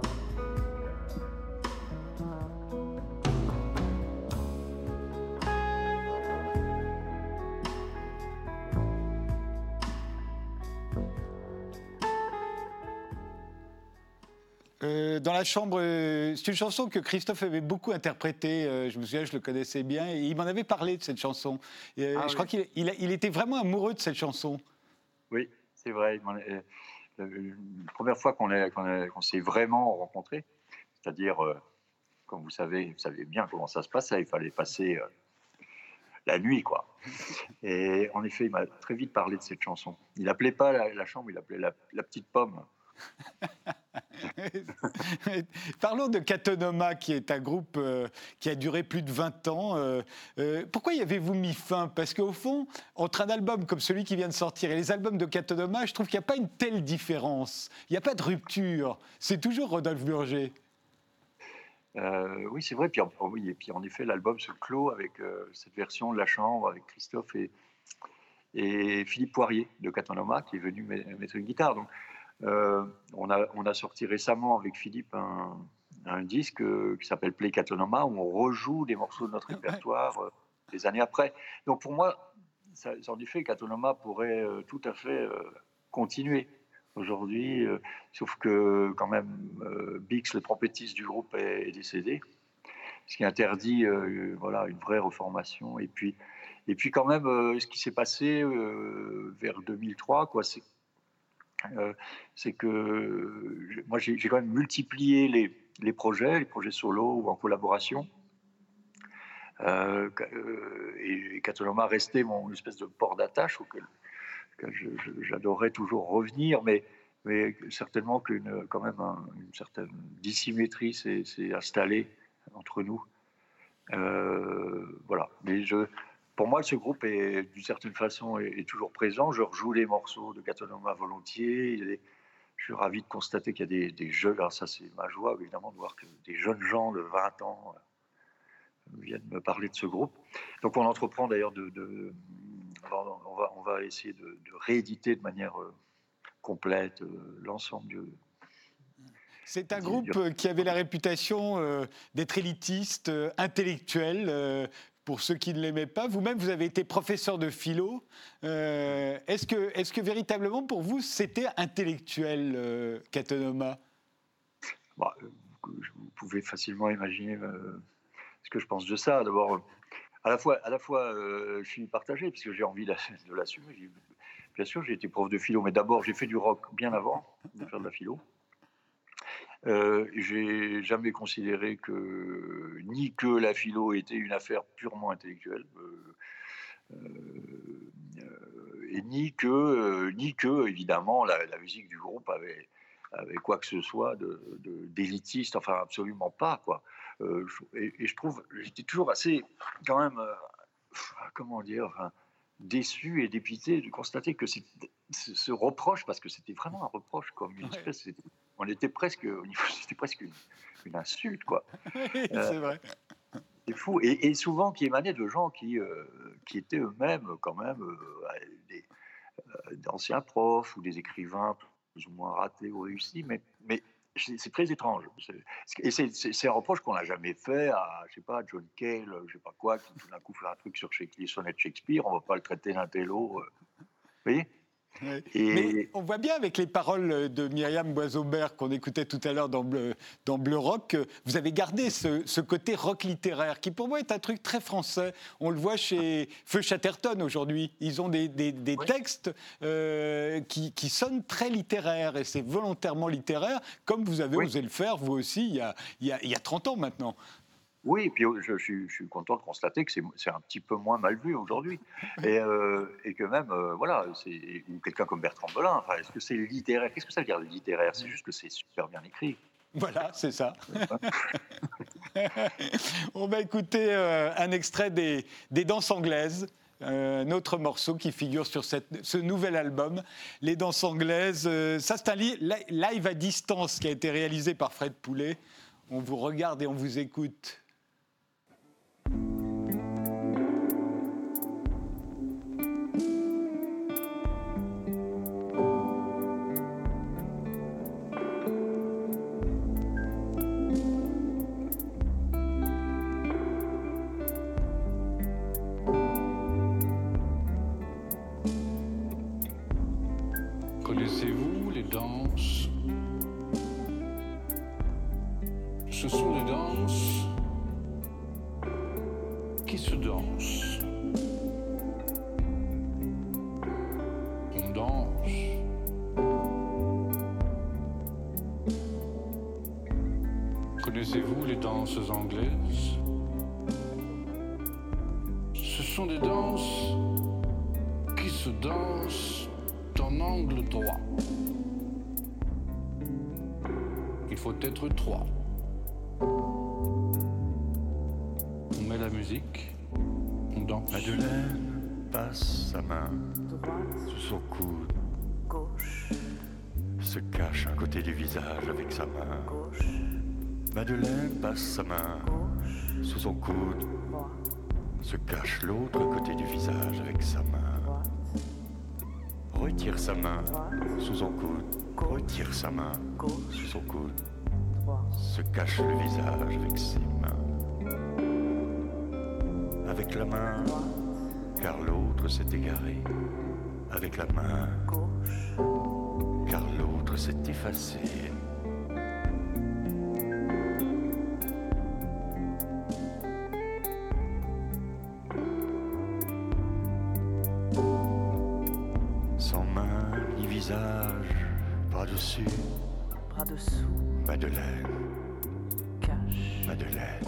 Dans la chambre, c'est une chanson que Christophe avait beaucoup interprétée. Je me souviens, je le connaissais bien. Et il m'en avait parlé de cette chanson. Et ah, je oui. crois qu'il il, il était vraiment amoureux de cette chanson.
Oui, c'est vrai. La première fois qu'on, est, qu'on, est, qu'on s'est vraiment rencontrés, c'est-à-dire, euh, comme vous savez, vous savez bien comment ça se passe, là, il fallait passer euh, la nuit, quoi. Et en effet, il m'a très vite parlé de cette chanson. Il n'appelait pas la, la chambre, il appelait la, la petite pomme.
Parlons de Katonoma, qui est un groupe euh, qui a duré plus de vingt ans. Euh, euh, pourquoi y avez-vous mis fin ? Parce qu'au fond, entre un album comme celui qui vient de sortir et les albums de Katonoma, je trouve qu'il n'y a pas une telle différence. Il n'y a pas de rupture. C'est toujours Rodolphe Burger.
Euh, oui, c'est vrai. Puis, en, oui, et puis en effet, l'album se clôt avec euh, cette version de La Chambre, avec Christophe et, et Philippe Poirier de Katonoma, qui est venu mettre une guitare. Donc, euh, on, a, on a sorti récemment avec Philippe un, un disque euh, qui s'appelle Play Katonoma, où on rejoue des morceaux de notre répertoire euh, des années après. Donc pour moi, ça, en effet, Katonoma pourrait euh, tout à fait euh, continuer aujourd'hui, euh, sauf que quand même, euh, Bix, le trompettiste du groupe, est, est décédé, ce qui interdit euh, voilà, une vraie reformation. Et puis, et puis quand même, euh, ce qui s'est passé euh, vers deux mille trois, quoi, c'est, euh, c'est que euh, moi, j'ai, j'ai quand même multiplié les, les projets, les projets solo ou en collaboration. Euh, euh, et, et Katonoma restait mon espèce de port d'attache auquel Je, je, j'adorerais toujours revenir, mais, mais certainement qu'une quand même un, une certaine dissymétrie s'est, s'est installée entre nous. Euh, voilà. Mais je, pour moi, ce groupe est d'une certaine façon est, est toujours présent. Je rejoue les morceaux de Katonoma volontiers. Il est, je suis ravi de constater qu'il y a des, des jeunes. Alors ça, c'est ma joie évidemment de voir que des jeunes gens de vingt ans viennent me parler de ce groupe. Donc on entreprend d'ailleurs de, de Alors, on, va, on va essayer de, de rééditer de manière euh, complète euh, l'ensemble du...
C'est un groupe du... qui avait la réputation euh, d'être élitiste, euh, intellectuel, euh, pour ceux qui ne l'aimaient pas. Vous-même, vous avez été professeur de philo. Euh, est-ce que, est-ce que véritablement, pour vous, c'était intellectuel, euh, Katonoma ?
Bah, vous pouvez facilement imaginer euh, ce que je pense de ça. D'abord... À la fois, à la fois euh, je suis partagé, parce que j'ai envie de, de l'assumer. J'ai, bien sûr, j'ai été prof de philo, mais d'abord, j'ai fait du rock bien avant de faire de la philo. Euh, j'ai jamais considéré que ni que la philo était une affaire purement intellectuelle, euh, euh, et ni que, euh, ni que évidemment, la, la musique du groupe avait, avait quoi que ce soit de, de, d'élitiste, enfin absolument pas, quoi. Euh, et, et je trouve, j'étais toujours assez, quand même, euh, comment dire, enfin, déçu et dépité de constater que c'est, c'est, ce reproche, parce que c'était vraiment un reproche, comme une espèce, c'était, on était presque, c'était presque une, une insulte, quoi.
Oui, c'est
euh,
vrai.
C'est fou, et, et souvent qui émanait de gens qui, euh, qui étaient eux-mêmes, quand même, euh, des, euh, d'anciens profs ou des écrivains plus ou moins ratés ou réussis, mais, mais c'est, c'est très étrange. C'est, et c'est, c'est, c'est un reproche qu'on n'a jamais fait à, je sais pas, John Cale, je sais pas quoi, qui tout d'un coup fait un truc sur les sonnets de Shakespeare, on ne va pas le traiter d'un télo. Euh, vous voyez ?
Ouais.
Et...
Mais on voit bien avec les paroles de Myriam Boisaubert qu'on écoutait tout à l'heure dans Bleu, dans Bleu Rock, que vous avez gardé ce, ce côté rock littéraire qui pour moi est un truc très français. On le voit chez Feu Chatterton aujourd'hui. Ils ont des, des, des oui. textes euh, qui, qui sonnent très littéraires et c'est volontairement littéraire comme vous avez oui. osé le faire vous aussi il y a, il y a, il y a trente ans maintenant.
Oui, et puis je, je, je suis content de constater que c'est, c'est un petit peu moins mal vu aujourd'hui. Et, euh, et que même, euh, voilà, c'est, ou quelqu'un comme Bertrand Belin, enfin, est-ce que c'est littéraire ? Qu'est-ce que ça veut dire littéraire ? C'est juste que c'est super bien écrit.
Voilà, c'est ça. On va écouter euh, un extrait des, des Danses anglaises. Euh, un autre morceau qui figure sur cette, ce nouvel album, Les Danses anglaises. Euh, ça, c'est un li- live à distance qui a été réalisé par Fred Poulet. On vous regarde et on vous écoute.
Connaissez-vous les danses ? Ce sont des danses qui se dansent. On danse. Connaissez-vous les danses anglaises ? Ce sont des danses qui se dansent en angle droit. faut être trois. On met la musique, on danse.
Madeleine passe sa main sous son coude,
Gauche,
se cache un côté du visage avec sa main.
gauche,
Madeleine passe sa main
gauche,
sous son coude,
droite,
se cache l'autre côté du visage avec sa main.
droite,
Retire sa main
droite,
sous son coude, retire sa main sous
gauche,
son coude,
droite,
se cache le visage avec ses mains. Avec la main,
droite,
car l'autre s'est égaré. Avec la main,
gauche,
car l'autre s'est effacé. Sans main ni visage, bras dessus,
bras dessous,
Madeleine,
cache,
Madeleine.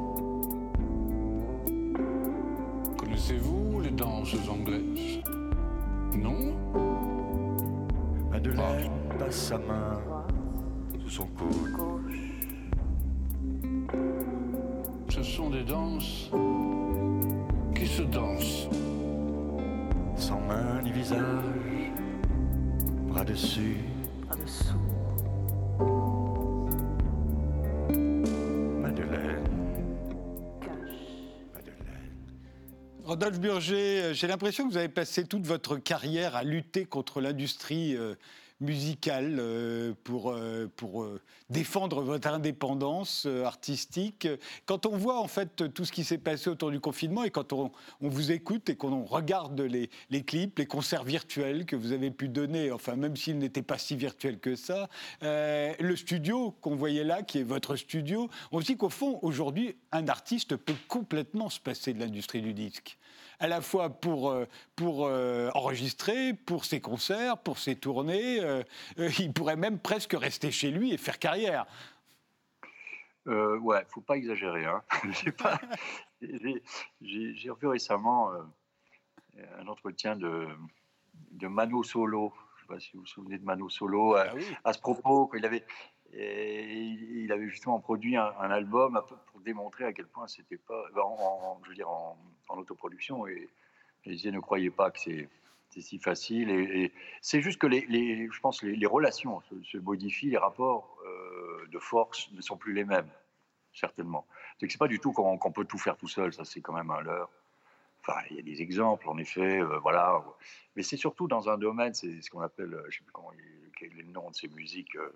Connaissez-vous les danses anglaises? Non?
Madeleine passe sa main
droite,
sous son coude.
gauche,
Ce sont des danses qui se dansent.
Sans main ni visage, bras dessus,
bras dessous,
Madeleine,
cache.
Madeleine.
Rodolphe Burger, j'ai l'impression que vous avez passé toute votre carrière à lutter contre l'industrie euh, musicale euh, pour, euh, pour euh, défendre votre indépendance euh, artistique. Quand on voit en fait tout ce qui s'est passé autour du confinement et quand on, on vous écoute et qu'on regarde les, les clips, les concerts virtuels que vous avez pu donner, enfin même s'ils n'étaient pas si virtuels que ça, euh, le studio qu'on voyait là, qui est votre studio, on se dit qu'au fond, aujourd'hui, un artiste peut complètement se passer de l'industrie du disque. À la fois pour, euh, pour euh, enregistrer, pour ses concerts, pour ses tournées. Euh, euh, il pourrait même presque rester chez lui et faire carrière.
Euh, ouais, faut pas exagérer. Hein. j'ai, pas, j'ai, j'ai, j'ai revu récemment euh, un entretien de, de Mano Solo. Je ne sais pas si vous vous souvenez de Mano Solo. À,
Ah oui.
à ce propos, quand il avait, et il avait justement produit un, un album pour démontrer à quel point c'était pas, en, en, je veux dire, en, en autoproduction. Et il disait, ne croyez pas que c'est, c'est si facile. Et, et c'est juste que les, les, je pense les, les relations se, se modifient, les rapports euh, de force ne sont plus les mêmes, certainement. C'est que c'est pas du tout qu'on, qu'on peut tout faire tout seul, ça c'est quand même un leurre. Enfin, il y a des exemples, en effet, euh, voilà. Mais c'est surtout dans un domaine, c'est ce qu'on appelle, je ne sais plus comment, quel est le nom de ces musiques. Euh,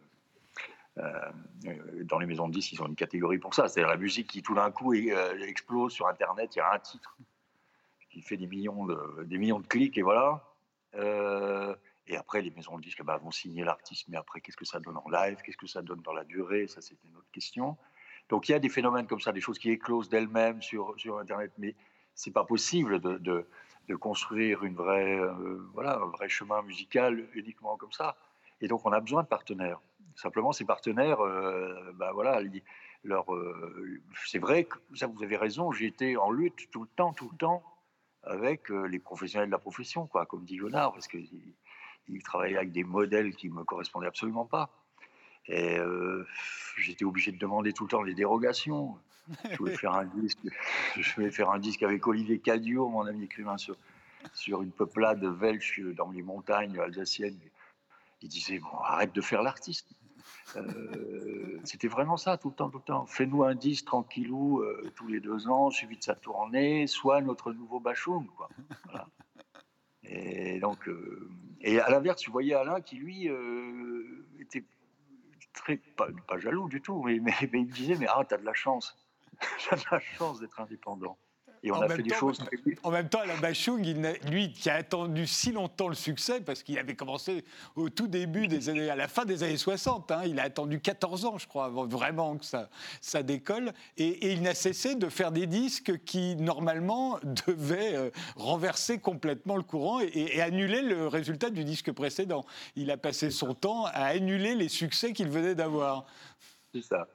euh, dans les maisons de disques, ils ont une catégorie pour ça. C'est-à-dire la musique qui, tout d'un coup, euh, explose sur Internet. Il y a un titre qui fait des millions de, des millions de clics, et voilà. Euh, et après, les maisons de disques bah, vont signer l'artiste. Mais après, qu'est-ce que ça donne en live? Qu'est-ce que ça donne dans la durée? Ça, c'est une autre question. Donc, il y a des phénomènes comme ça, des choses qui éclosent d'elles-mêmes sur, sur Internet. Mais c'est pas possible de, de, de construire une vraie, euh, voilà, un vrai chemin musical uniquement comme ça. Et donc, on a besoin de partenaires. Simplement, ces partenaires, euh, bah voilà, leur, euh, c'est vrai que ça, vous avez raison, j'ai été en lutte tout le temps, tout le temps avec euh, les professionnels de la profession, quoi, comme dit Léonard, parce qu'ils ils travaillaient avec des modèles qui ne me correspondaient absolument pas. Et euh, j'étais obligé de demander tout le temps les dérogations. Je voulais faire un disque, je voulais faire un disque avec Olivier Cadio, mon ami écrivain, sur, sur une peuplade welsh dans les montagnes alsaciennes. Il disait, bon, arrête de faire l'artiste. Euh, c'était vraiment ça, tout le temps, tout le temps. Fais-nous un disque tranquillou, euh, tous les deux ans, suivi de sa tournée, soit notre nouveau Bachoum, quoi. Voilà. Et donc, euh, et à l'inverse, tu voyais Alain qui, lui, euh, était très, pas, pas jaloux du tout, mais, mais, mais il me disait, mais ah, t'as de la chance. T'as de la chance d'être indépendant. Et on
en
a fait des
temps,
choses.
En même temps, Alain Bachung, il, lui, qui a attendu si longtemps le succès, parce qu'il avait commencé au tout début des années, à la fin des années soixante, hein, il a attendu quatorze ans, je crois, avant vraiment que ça, ça décolle, et, et il n'a cessé de faire des disques qui, normalement, devaient euh, renverser complètement le courant et, et annuler le résultat du disque précédent. Il a passé son temps à annuler les succès qu'il venait d'avoir.
C'est ça.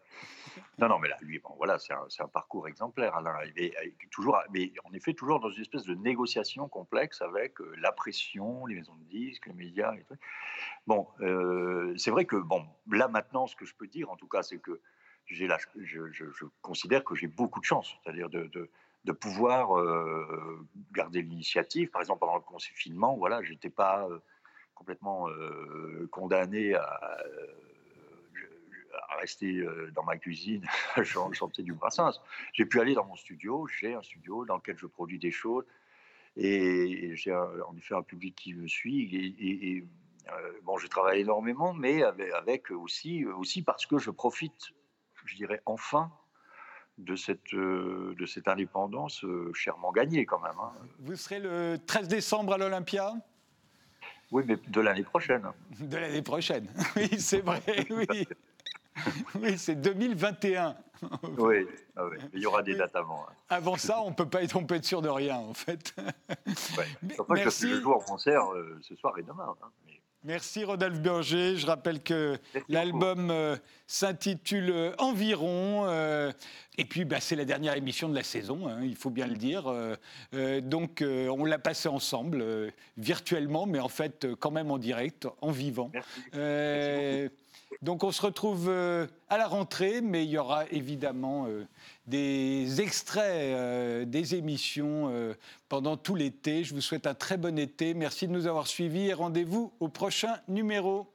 Non, non, mais là, lui, bon, voilà, c'est un, c'est un parcours exemplaire, Alain. Il est, il est toujours, mais en effet, toujours dans une espèce de négociation complexe avec euh, la pression, les maisons de disques, les médias et tout. Bon, euh, c'est vrai que, bon, là, maintenant, ce que je peux dire, en tout cas, c'est que j'ai la, je, je, je considère que j'ai beaucoup de chance, c'est-à-dire de, de, de pouvoir euh, garder l'initiative. Par exemple, pendant le confinement, voilà, j'étais pas euh, complètement euh, condamné à, euh, à rester euh, dans ma cuisine, chanter du Brassens. J'ai pu aller dans mon studio, j'ai un studio dans lequel je produis des choses, et j'ai un- en effet un public qui me suit, et, et- et, euh, bon, je travaille énormément, mais avec, avec aussi, aussi parce que je profite, je dirais, enfin, de cette, euh, de cette indépendance euh, chèrement gagnée quand même, hein.
Vous serez le treize décembre à l'Olympia
Oui, mais de l'année prochaine.
de l'année prochaine. Oui, c'est vrai, oui. Oui, c'est deux mille vingt et un.
Oui, ah oui, il y aura des
Oui.
dates avant, hein.
Avant ça, on ne peut pas être, on peut être sûr de rien, en fait.
Ouais.
Mais-
Enfin, je,
Merci.
je joue en concert euh, ce soir et demain, hein, mais-
Merci Rodolphe Berger. Je rappelle que
Merci
l'album euh, s'intitule euh, Environ. euh, et puis, bah, c'est la dernière émission de la saison, hein, il faut bien le dire. Euh, euh, donc, euh, on l'a passé ensemble, euh, virtuellement, mais en fait, euh, quand même en direct, en vivant.
Merci.
Euh, donc, on se retrouve euh, à la rentrée, mais il y aura évidemment euh, des extraits euh, des émissions euh, pendant tout l'été. Je vous souhaite un très bon été. Merci de nous avoir suivis et rendez-vous au prochain numéro.